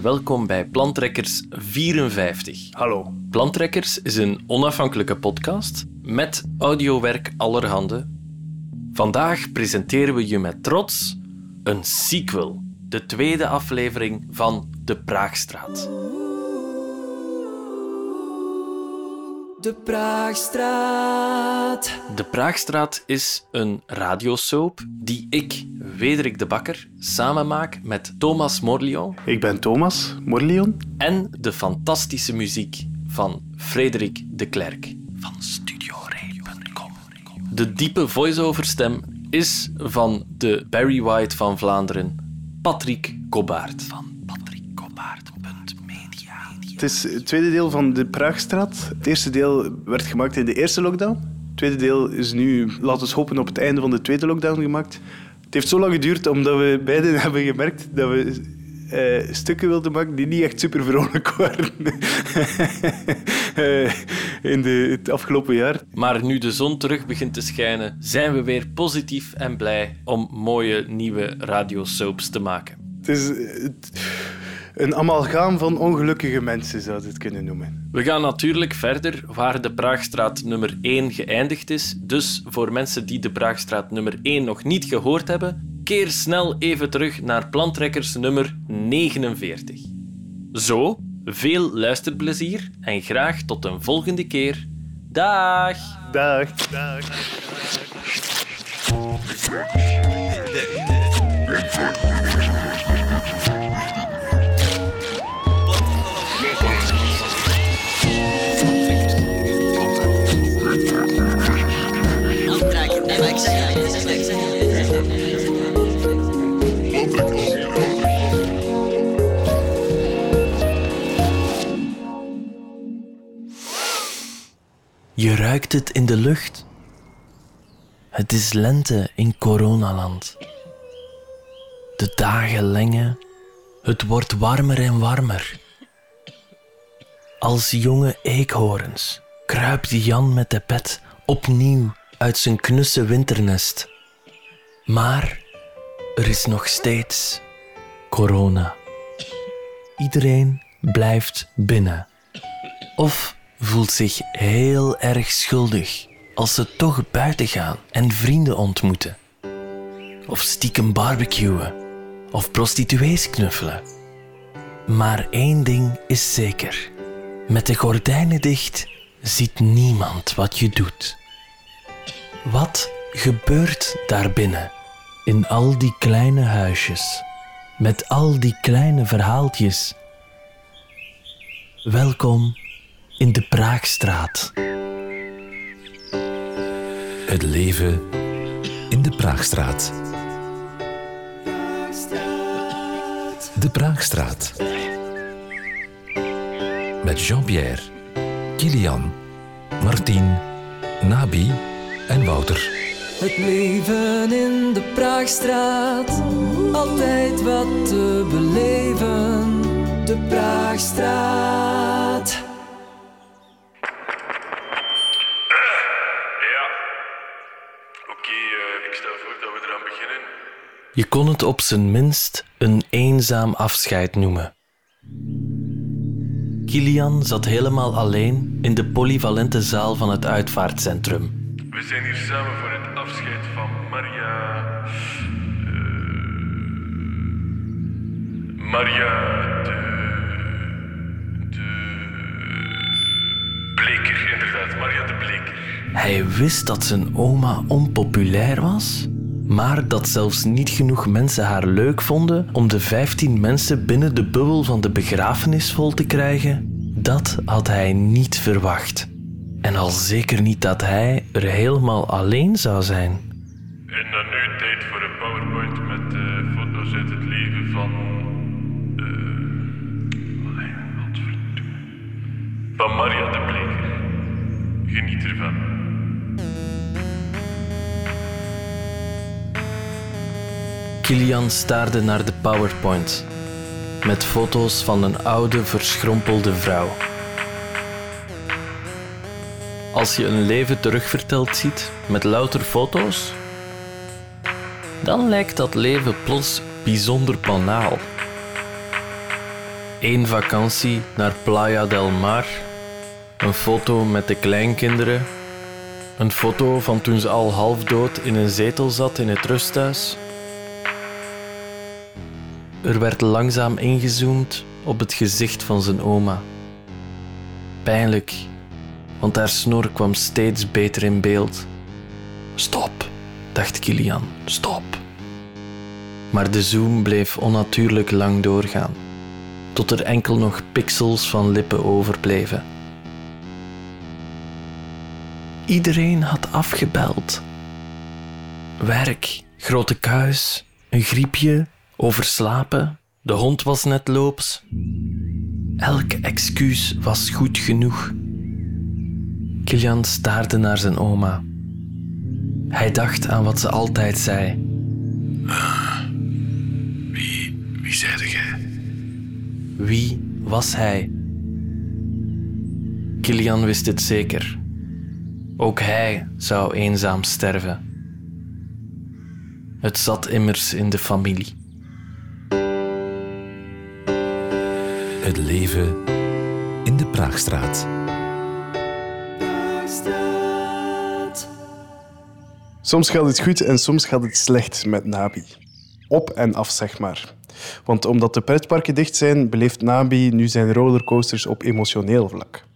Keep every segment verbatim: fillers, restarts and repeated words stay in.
welkom bij Plantrekkers vierenvijftig. Hallo. Plantrekkers is een onafhankelijke podcast met audiowerk allerhande. Vandaag presenteren we je met trots een sequel, de tweede aflevering van De Praagstraat. De Praagstraat. De Praagstraat is een radiosoap die ik, Wederik de Bakker, samen maak met Thomas Morlion. Ik ben Thomas Morlion. En de fantastische muziek van Frederik de Klerk van studio ray punt com. De diepe voice-over stem is van de Barry White van Vlaanderen, Patrick Cobaert van patrick cobaert punt media. Het is het tweede deel van De Praagstraat. Het eerste deel werd gemaakt in de eerste lockdown. Het tweede deel is nu, laten we hopen, op het einde van de tweede lockdown gemaakt. Het heeft zo lang geduurd omdat we beiden hebben gemerkt dat we uh, stukken wilden maken die niet echt super vrolijk waren uh, in de, het afgelopen jaar. Maar nu de zon terug begint te schijnen, zijn we weer positief en blij om mooie nieuwe radiosoaps te maken. Het is het, een amalgaam van ongelukkige mensen, zou je het kunnen noemen. We gaan natuurlijk verder waar De Praagstraat nummer één geëindigd is. Dus voor mensen die De Praagstraat nummer één nog niet gehoord hebben, keer snel even terug naar Plantrekkers nummer negenenveertig. Zo, veel luisterplezier en graag tot een volgende keer. Dag! Dag! Dag! Je ruikt het in de lucht. Het is lente in coronaland. De dagen lengen. Het wordt warmer en warmer. Als jonge eekhoorns kruipt Jan met de pet opnieuw uit zijn knusse winternest. Maar er is nog steeds corona. Iedereen blijft binnen. Of voelt zich heel erg schuldig als ze toch buiten gaan en vrienden ontmoeten. Of stiekem barbecuen. Of prostituees knuffelen. Maar één ding is zeker. Met de gordijnen dicht ziet niemand wat je doet. Wat gebeurt daarbinnen? In al die kleine huisjes. Met al die kleine verhaaltjes. Welkom in De Praagstraat. Het leven in De Praagstraat. De Praagstraat. Met Jean-Pierre, Kilian, Martien, Nabi en Wouter. Het leven in de Praagstraat. Altijd wat te beleven. De Praagstraat. Je kon het op zijn minst een eenzaam afscheid noemen. Kilian zat helemaal alleen in de polyvalente zaal van het uitvaartcentrum. We zijn hier samen voor het afscheid van Maria... Uh, Maria de... de... Bleker, inderdaad. Maria de Bleker. Hij wist dat zijn oma onpopulair was, maar dat zelfs niet genoeg mensen haar leuk vonden om de vijftien mensen binnen de bubbel van de begrafenis vol te krijgen, dat had hij niet verwacht. En al zeker niet dat hij er helemaal alleen zou zijn. En dan nu tijd voor een PowerPoint met uh, foto's uit het leven van... Uh, van Maria de Bleker. Geniet ervan. Kilian staarde naar de PowerPoint met foto's van een oude, verschrompelde vrouw. Als je een leven terugverteld ziet met louter foto's, dan lijkt dat leven plots bijzonder banaal. Eén vakantie naar Playa del Mar. Een foto met de kleinkinderen. Een foto van toen ze al half dood in een zetel zat in het rusthuis. Er werd langzaam ingezoomd op het gezicht van zijn oma. Pijnlijk, want haar snor kwam steeds beter in beeld. Stop, dacht Kilian, stop. Maar de zoom bleef onnatuurlijk lang doorgaan, tot er enkel nog pixels van lippen overbleven. Iedereen had afgebeld. Werk, grote kuis, een griepje, overslapen, de hond was net loops. Elk excuus was goed genoeg. Kilian staarde naar zijn oma. Hij dacht aan wat ze altijd zei. Uh, wie, wie zeide gij? Wie was hij? Kilian wist het zeker. Ook hij zou eenzaam sterven. Het zat immers in de familie. Het leven in de Praagstraat. Soms gaat het goed en soms gaat het slecht met Nabi. Op en af, zeg maar. Want omdat de pretparken dicht zijn, beleeft Nabi nu zijn rollercoasters op emotioneel vlak.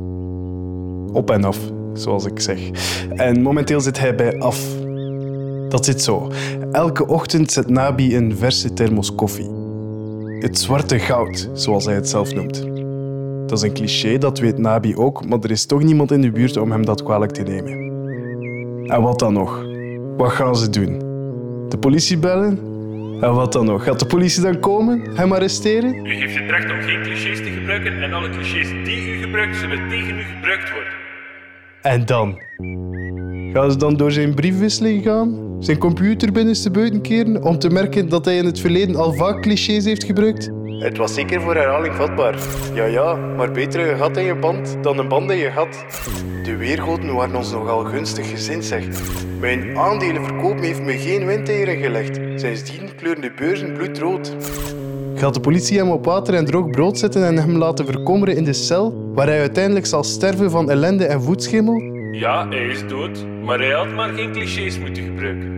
Op en af, zoals ik zeg. En momenteel zit hij bij af. Dat zit zo. Elke ochtend zet Nabi een verse thermos koffie. Het zwarte goud, zoals hij het zelf noemt. Dat is een cliché, dat weet Nabi ook, maar er is toch niemand in de buurt om hem dat kwalijk te nemen. En wat dan nog? Wat gaan ze doen? De politie bellen? En wat dan nog? Gaat de politie dan komen? Hem arresteren? U heeft het recht om geen clichés te gebruiken en alle clichés die u gebruikt zullen tegen u gebruikt worden. En dan? Gaan ze dan door zijn briefwisseling gaan? Zijn computer binnenstebuiten keren om te merken dat hij in het verleden al vaak clichés heeft gebruikt? Het was zeker voor herhaling vatbaar. Ja, ja, maar beter een gat in je band dan een band in je gat. De weergoden waren ons nogal gunstig gezind, zeg. Mijn aandelenverkoop heeft me geen windeieren gelegd. Sindsdien kleuren de beurzen bloedrood. Gaat de politie hem op water en droog brood zetten en hem laten verkommeren in de cel, waar hij uiteindelijk zal sterven van ellende en voetschimmel? Ja, hij is dood, maar hij had maar geen clichés moeten gebruiken.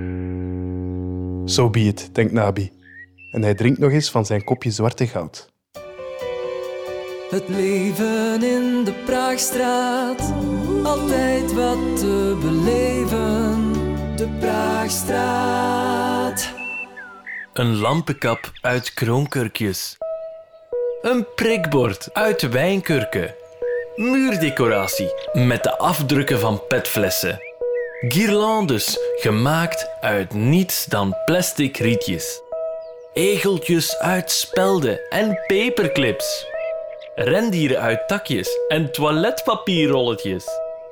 So be it, denkt Nabi. En hij drinkt nog eens van zijn kopje zwarte goud. Het leven in de Praagstraat, altijd wat te beleven. De Praagstraat. Een lampenkap uit kroonkurkjes. Een prikbord uit wijnkurken. Muurdecoratie met de afdrukken van petflessen. Guirlandes gemaakt uit niets dan plastic rietjes. Egeltjes uit spelden en paperclips. Rendieren uit takjes en toiletpapierrolletjes.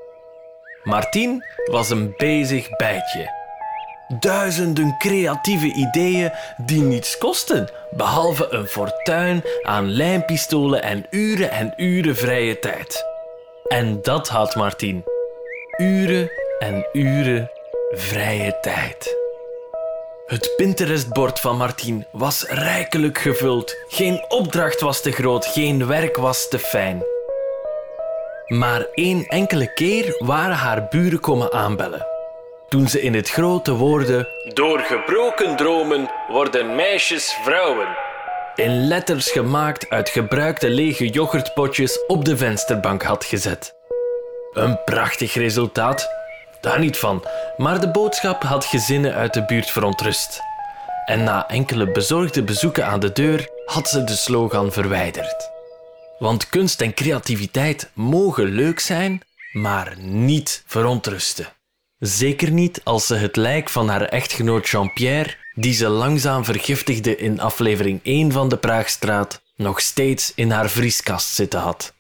Martien was een bezig bijtje. Duizenden creatieve ideeën die niets kosten, behalve een fortuin aan lijmpistolen en uren en uren vrije tijd. En dat had Martien. Uren en uren vrije tijd. Het Pinterest-bord van Martien was rijkelijk gevuld. Geen opdracht was te groot, geen werk was te fijn. Maar één enkele keer waren haar buren komen aanbellen. Toen ze in het grote woorden door gebroken dromen worden meisjes vrouwen, in letters gemaakt uit gebruikte lege yoghurtpotjes op de vensterbank had gezet. Een prachtig resultaat, daar niet van, maar de boodschap had gezinnen uit de buurt verontrust. En na enkele bezorgde bezoeken aan de deur had ze de slogan verwijderd. Want kunst en creativiteit mogen leuk zijn, maar niet verontrusten. Zeker niet als ze het lijk van haar echtgenoot Jean-Pierre, die ze langzaam vergiftigde in aflevering één van de Praagstraat, nog steeds in haar vrieskast zitten had.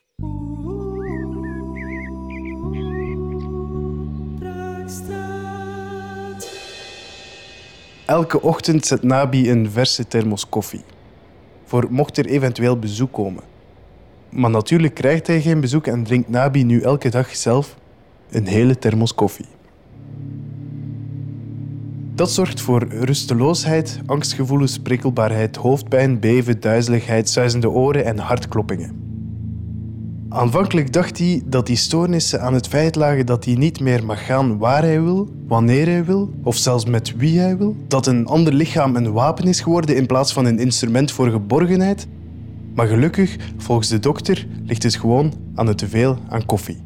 Elke ochtend zet Nabi een verse thermos koffie. Voor mocht er eventueel bezoek komen. Maar natuurlijk krijgt hij geen bezoek en drinkt Nabi nu elke dag zelf een hele thermos koffie. Dat zorgt voor rusteloosheid, angstgevoelens, prikkelbaarheid, hoofdpijn, beven, duizeligheid, suizende oren en hartkloppingen. Aanvankelijk dacht hij dat die stoornissen aan het feit lagen dat hij niet meer mag gaan waar hij wil, wanneer hij wil, of zelfs met wie hij wil. Dat een ander lichaam een wapen is geworden in plaats van een instrument voor geborgenheid. Maar gelukkig, volgens de dokter, ligt het gewoon aan het teveel aan koffie.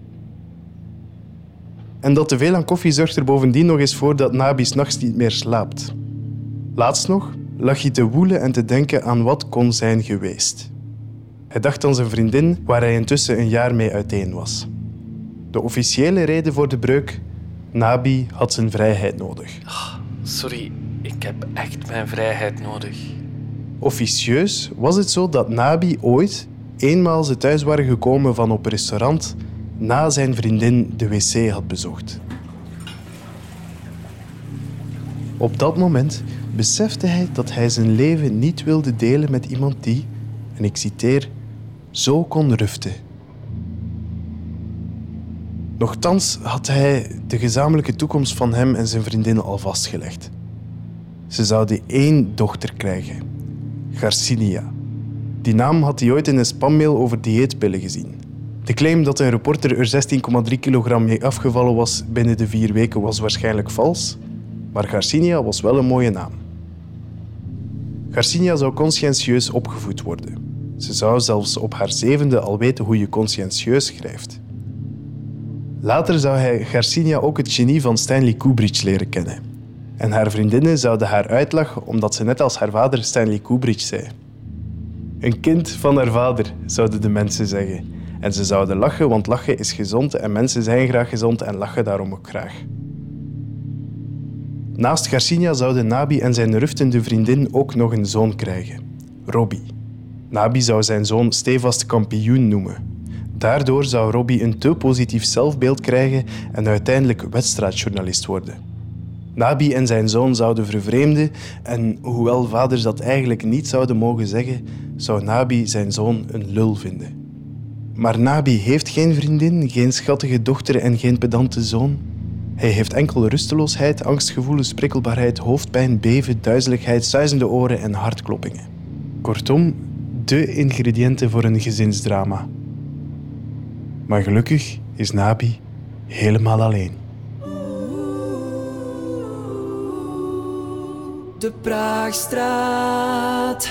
En dat teveel aan koffie zorgt er bovendien nog eens voor dat Nabi 's nachts niet meer slaapt. Laatst nog lag hij te woelen en te denken aan wat kon zijn geweest. Hij dacht aan zijn vriendin, waar hij intussen een jaar mee uiteen was. De officiële reden voor de breuk? Nabi had zijn vrijheid nodig. Oh, sorry, ik heb echt mijn vrijheid nodig. Officieus was het zo dat Nabi ooit, eenmaal ze thuis waren gekomen van op een restaurant, na zijn vriendin de wc had bezocht. Op dat moment besefte hij dat hij zijn leven niet wilde delen met iemand die, en ik citeer, zo kon ruften. Nochtans had hij de gezamenlijke toekomst van hem en zijn vriendin al vastgelegd. Ze zouden één dochter krijgen, Garcinia. Die naam had hij ooit in een spammail over dieetpillen gezien. De claim dat een reporter er zestien komma drie kilogram mee afgevallen was binnen de vier weken was waarschijnlijk vals, maar Garcinia was wel een mooie naam. Garcinia zou consciëntieus opgevoed worden. Ze zou zelfs op haar zevende al weten hoe je consciëntieus schrijft. Later zou hij Garcinia ook het genie van Stanley Kubrick leren kennen. En haar vriendinnen zouden haar uitlachen omdat ze net als haar vader Stanley Kubrick zei. Een kind van haar vader, zouden de mensen zeggen. En ze zouden lachen, want lachen is gezond en mensen zijn graag gezond en lachen daarom ook graag. Naast Garcinia zouden Nabi en zijn ruftende vriendin ook nog een zoon krijgen, Robbie. Nabi zou zijn zoon stevast kampioen noemen. Daardoor zou Robbie een te positief zelfbeeld krijgen en uiteindelijk wedstrijdjournalist worden. Nabi en zijn zoon zouden vervreemden en hoewel vaders dat eigenlijk niet zouden mogen zeggen, zou Nabi zijn zoon een lul vinden. Maar Nabi heeft geen vriendin, geen schattige dochter en geen pedante zoon. Hij heeft enkel rusteloosheid, angstgevoelens, prikkelbaarheid, hoofdpijn, beven, duizeligheid, suizende oren en hartkloppingen. Kortom, de ingrediënten voor een gezinsdrama. Maar gelukkig is Nabi helemaal alleen. De Praagstraat.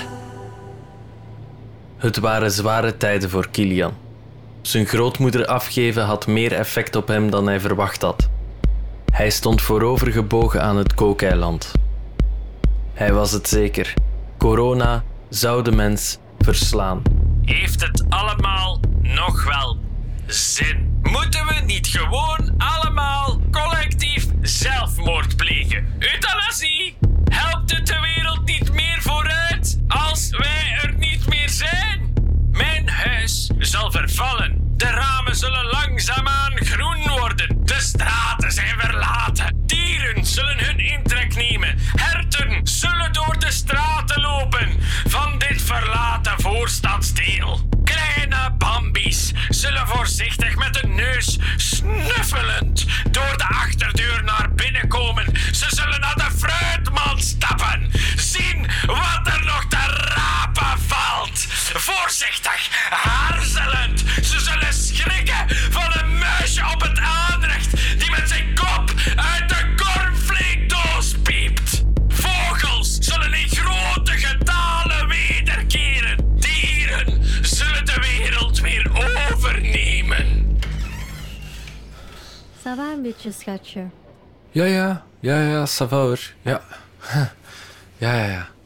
Het waren zware tijden voor Kilian. Zijn grootmoeder afgeven had meer effect op hem dan hij verwacht had. Hij stond voorovergebogen aan het kookeiland. Hij was het zeker. Corona zou de mens verslaan. Heeft het allemaal nog wel zin? Moeten we niet gewoon allemaal collectief zelfmoord plegen? Euthanasie? Helpt het de wereld niet meer vooruit als wij er niet meer zijn? Mijn huis zal vervallen. De ramen zullen langzaamaan groen worden. De straten zijn verlaten. Dieren zullen hun intrek nemen. Herten zullen door de straten lopen van dit verlaten voorstadsdeel. Kleine bambies zullen voorzichtig met de neus snuffelend door de achterdeur naar binnen komen. Ze zullen naar de fruitmand stappen. Zien wat er nog te rapen valt. Voorzichtig, aarzelend. Ze zullen schrikken van een muisje op het aanrecht die met zijn kop uit de cornflakedoos piept. Vogels zullen in grote getalen wederkeren. Dieren zullen de wereld weer overnemen. Ça va een beetje, schatje? Ja, ja, ja, ja, ça va hoor. Ja, ja, ja, ja.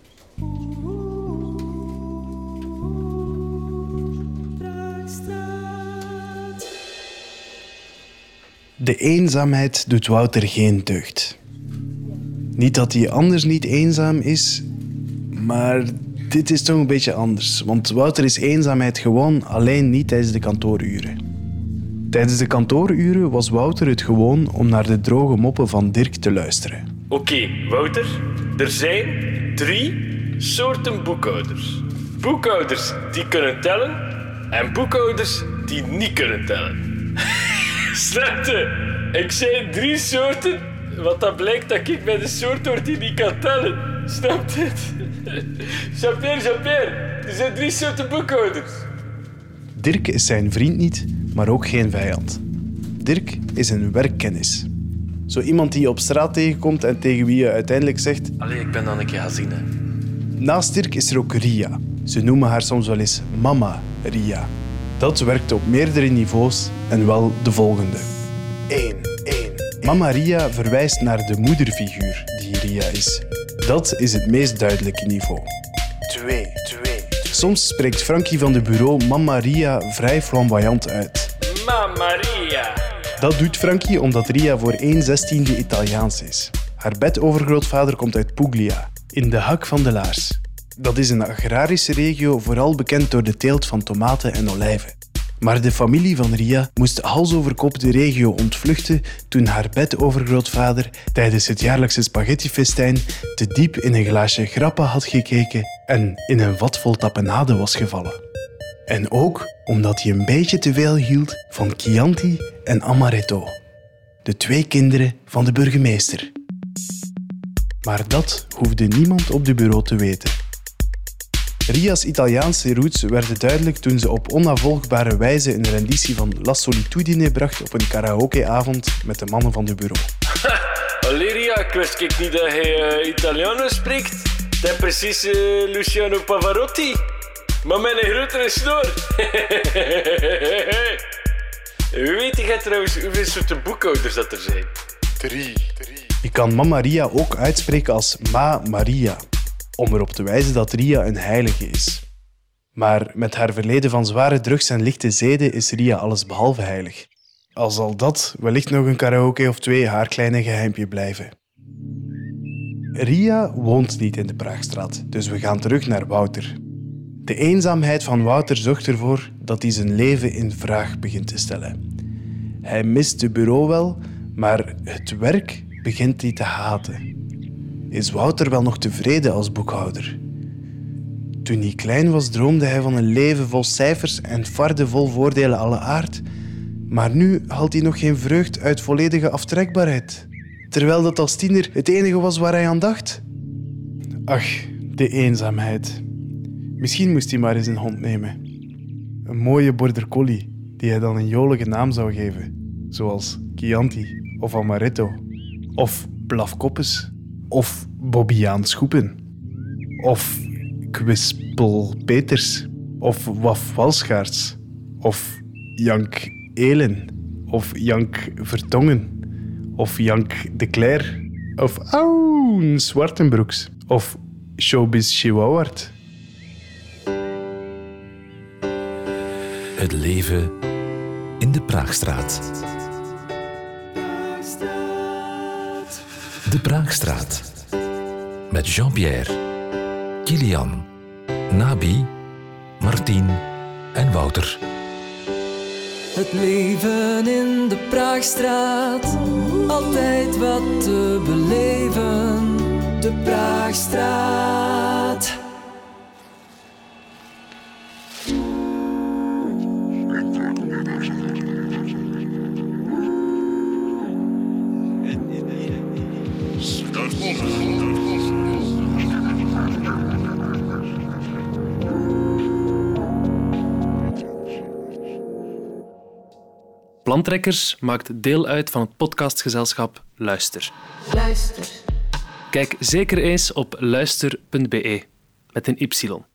De eenzaamheid doet Wouter geen deugd. Niet dat hij anders niet eenzaam is, maar dit is toch een beetje anders. Want Wouter is eenzaamheid gewoon, alleen niet tijdens de kantooruren. Tijdens de kantooruren was Wouter het gewoon om naar de droge moppen van Dirk te luisteren. Oké, okay, Wouter. Er zijn drie soorten boekhouders. Boekhouders die kunnen tellen en boekhouders die niet kunnen tellen. Snapte? Ik zei drie soorten wat dat blijkt dat ik bij de soort hoort die niet kan tellen. Snap je het? Jean-Pierre, Jean-Pierre, er zijn drie soorten boekhouders. Dirk is zijn vriend niet, maar ook geen vijand. Dirk is een werkkennis. Zo iemand die je op straat tegenkomt en tegen wie je uiteindelijk zegt... Allee, ik ben dan een keer gaan zien, hè. Naast Dirk is er ook Ria. Ze noemen haar soms wel eens Mama Ria. Dat werkt op meerdere niveaus en wel de volgende. één. Mama Ria verwijst naar de moederfiguur die Ria is. Dat is het meest duidelijke niveau. twee. Soms spreekt Frankie van de bureau Mama Ria vrij flamboyant uit. Mamma Ria. Dat doet Frankie omdat Ria voor één zestiende Italiaans is. Haar bedovergrootvader komt uit Puglia, in de hak van de laars. Dat is een agrarische regio, vooral bekend door de teelt van tomaten en olijven. Maar de familie van Ria moest hals over kop de regio ontvluchten toen haar bedovergrootvader tijdens het jaarlijkse spaghettifestijn te diep in een glaasje grappa had gekeken en in een vat vol tapenade was gevallen. En ook omdat hij een beetje te veel hield van Chianti en Amaretto, de twee kinderen van de burgemeester. Maar dat hoefde niemand op de bureau te weten. Ria's Italiaanse roots werden duidelijk toen ze op onnavolgbare wijze een renditie van La Solitudine bracht op een karaokeavond met de mannen van de bureau. Allee Ria, ik wist ik niet dat hij uh, Italiano spreekt. Dat is precies uh, Luciano Pavarotti. Maar met een grotere snor. Weet je trouwens hoeveel soorten boekhouders dat er zijn? Drie. Je kan Mama Ria ook uitspreken als Ma Maria, om erop te wijzen dat Ria een heilige is. Maar met haar verleden van zware drugs en lichte zeden is Ria allesbehalve heilig. Al zal dat wellicht nog een karaoke of twee haar kleine geheimpje blijven. Ria woont niet in de Praagstraat, dus we gaan terug naar Wouter. De eenzaamheid van Wouter zorgt ervoor dat hij zijn leven in vraag begint te stellen. Hij mist het bureau wel, maar het werk begint hij te haten. Is Wouter wel nog tevreden als boekhouder? Toen hij klein was, droomde hij van een leven vol cijfers en farde vol voordelen alle aard. Maar nu haalt hij nog geen vreugd uit volledige aftrekbaarheid. Terwijl dat als tiener het enige was waar hij aan dacht. Ach, de eenzaamheid. Misschien moest hij maar eens een hond nemen. Een mooie border collie, die hij dan een jolige naam zou geven. Zoals Chianti of Amaretto. Of Blafkoppes. Of Bobbiaan Schoepen. Of Kwispel Peters. Of Waf Walschaerts. Of Jank Elen. Of Jank Vertongen. Of Jank de Cler. Of Auw Zwartenbroeks. Of Showbiz Chihuahuart. Het leven in de Praagstraat. De Praagstraat. Met Jean-Pierre, Kilian, Nabi, Martien en Wouter. Het leven in de Praagstraat, altijd wat te beleven. De Praagstraat. Plantrekkers maakt deel uit van het podcastgezelschap Luister. Luister. Kijk zeker eens op luister punt be met een y.